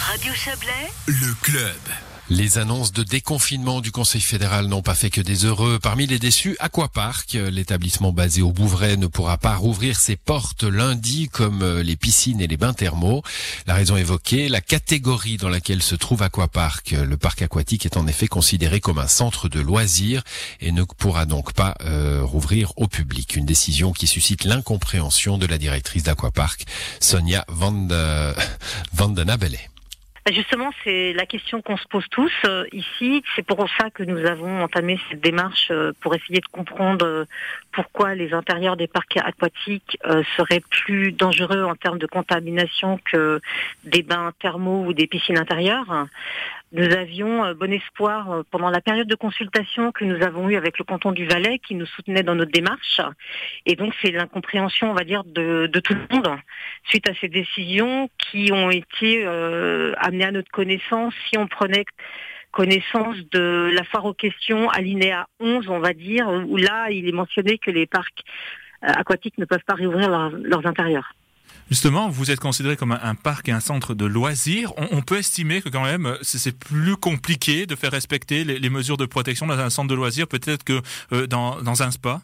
Radio Chablais, le club. Les annonces de déconfinement du Conseil fédéral n'ont pas fait que des heureux. Parmi les déçus, Aquapark, l'établissement basé au Bouvray, ne pourra pas rouvrir ses portes lundi comme les piscines et les bains thermaux. La raison évoquée, la catégorie dans laquelle se trouve Aquapark. Le parc aquatique est en effet considéré comme un centre de loisirs et ne pourra donc pas rouvrir au public. Une décision qui suscite l'incompréhension de la directrice d'Aquapark, Sonia Vandenabele. Justement, c'est la question qu'on se pose tous ici. C'est pour ça que nous avons entamé cette démarche pour essayer de comprendre pourquoi les intérieurs des parcs aquatiques seraient plus dangereux en termes de contamination que des bains thermaux ou des piscines intérieures. Nous avions bon espoir pendant la période de consultation que nous avons eue avec le canton du Valais qui nous soutenait dans notre démarche. Et donc c'est l'incompréhension, on va dire, de tout le monde suite à ces décisions qui ont été amenées à notre connaissance. Si on prenait connaissance de la foire aux questions, alinéa 11, on va dire, où là il est mentionné que les parcs aquatiques ne peuvent pas réouvrir leurs intérieurs. Justement, vous êtes considéré comme un parc et un centre de loisirs. On peut estimer que quand même, c'est plus compliqué de faire respecter les mesures de protection dans un centre de loisirs, peut-être que dans un spa.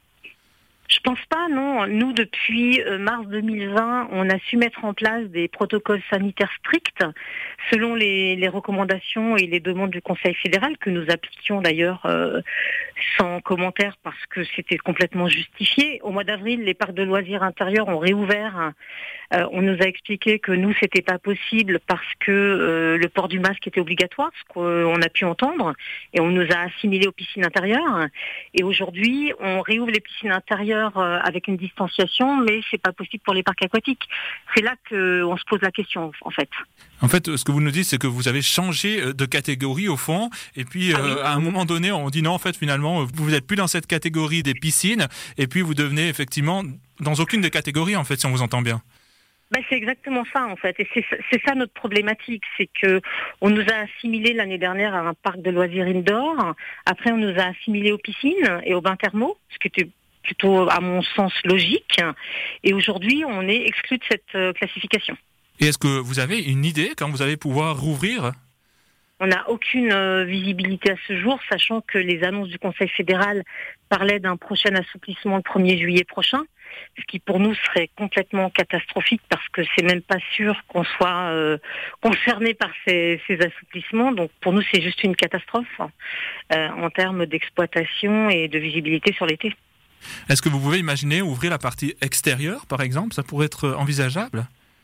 Je pense pas, non. Nous, depuis mars 2020, on a su mettre en place des protocoles sanitaires stricts selon les recommandations et les demandes du Conseil fédéral que nous appliquions d'ailleurs sans commentaire parce que c'était complètement justifié. Au mois d'avril, les parcs de loisirs intérieurs ont réouvert. On nous a expliqué que nous, c'était pas possible parce que le port du masque était obligatoire, ce qu'on a pu entendre, et on nous a assimilés aux piscines intérieures. Et aujourd'hui, on réouvre les piscines intérieures avec une distanciation, mais c'est pas possible pour les parcs aquatiques. C'est là qu'on se pose la question, en fait. En fait, ce que vous nous dites, c'est que vous avez changé de catégorie au fond, et puis à un moment donné, on dit non, en fait, finalement, vous n'êtes plus dans cette catégorie des piscines, et puis vous devenez effectivement dans aucune des catégories, en fait, si on vous entend bien. C'est exactement ça en fait, et c'est ça notre problématique, c'est que on nous a assimilés l'année dernière à un parc de loisirs indoor. Après on nous a assimilés aux piscines et aux bains thermaux, ce qui était plutôt à mon sens logique. Et aujourd'hui on est exclu de cette classification. Et est-ce que vous avez une idée quand vous allez pouvoir rouvrir ? On n'a aucune visibilité à ce jour, sachant que les annonces du Conseil fédéral parlaient d'un prochain assouplissement le 1er juillet prochain, ce qui pour nous serait complètement catastrophique parce que c'est même pas sûr qu'on soit concerné par ces assouplissements. Donc pour nous c'est juste une catastrophe en termes d'exploitation et de visibilité sur l'été. Est-ce que vous pouvez imaginer ouvrir la partie extérieure par exemple ? Ça pourrait être envisageable ?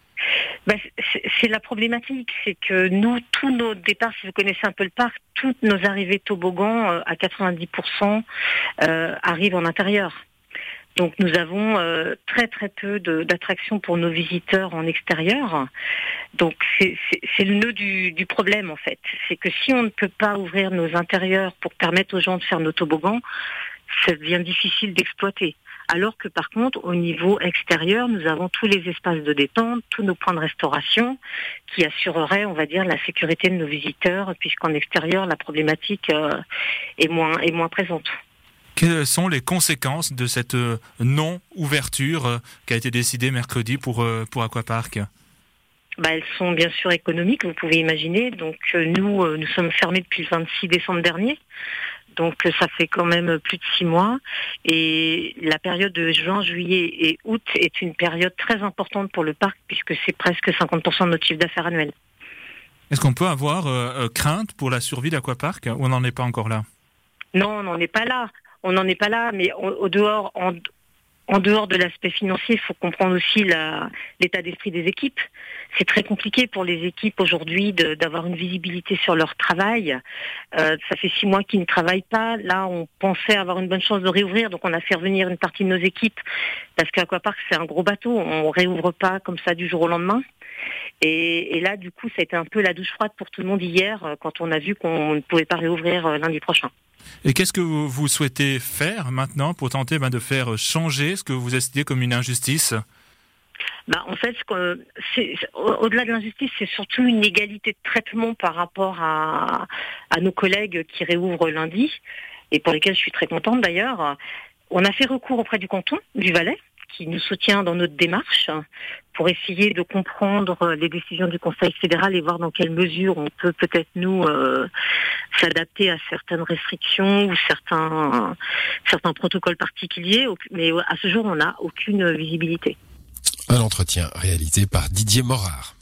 C'est la problématique, c'est que nous, tous nos départs, si vous connaissez un peu le parc, toutes nos arrivées toboggan à 90% arrivent en intérieur. Donc nous avons très très peu d'attractions pour nos visiteurs en extérieur. Donc c'est le nœud du problème en fait. C'est que si on ne peut pas ouvrir nos intérieurs pour permettre aux gens de faire nos toboggans, ça devient difficile d'exploiter. Alors que par contre, au niveau extérieur, nous avons tous les espaces de détente, tous nos points de restauration qui assureraient, on va dire, la sécurité de nos visiteurs, puisqu'en extérieur, la problématique est moins présente. Quelles sont les conséquences de cette non-ouverture qui a été décidée mercredi pour Aquapark ? Elles sont bien sûr économiques, vous pouvez imaginer. Donc nous sommes fermés depuis le 26 décembre dernier. Donc ça fait quand même plus de 6 mois. Et la période de juin, juillet et août est une période très importante pour le parc puisque c'est presque 50% de notre chiffre d'affaires annuel. Est-ce qu'on peut avoir crainte pour la survie d'Aquapark ou on n'en est pas encore là ? Non, on n'en est pas là. On n'en est pas là, mais en dehors de l'aspect financier, il faut comprendre aussi l'état d'esprit des équipes. C'est très compliqué pour les équipes aujourd'hui d'avoir une visibilité sur leur travail. Ça fait 6 mois qu'ils ne travaillent pas. Là, on pensait avoir une bonne chance de réouvrir, donc on a fait revenir une partie de nos équipes parce qu'Aquapark, c'est un gros bateau. On réouvre pas comme ça du jour au lendemain. Et là, du coup, ça a été un peu la douche froide pour tout le monde hier quand on a vu qu'on ne pouvait pas réouvrir lundi prochain. Et qu'est-ce que vous souhaitez faire maintenant pour tenter de faire changer ce que vous estimez comme une injustice ? En fait, au-delà de l'injustice, c'est surtout une égalité de traitement par rapport à nos collègues qui réouvrent lundi, et pour lesquels je suis très contente d'ailleurs. On a fait recours auprès du canton du Valais, qui nous soutient dans notre démarche pour essayer de comprendre les décisions du Conseil fédéral et voir dans quelle mesure on peut peut-être nous s'adapter à certaines restrictions ou certains protocoles particuliers. Mais à ce jour, on n'a aucune visibilité. Un entretien réalisé par Didier Morard.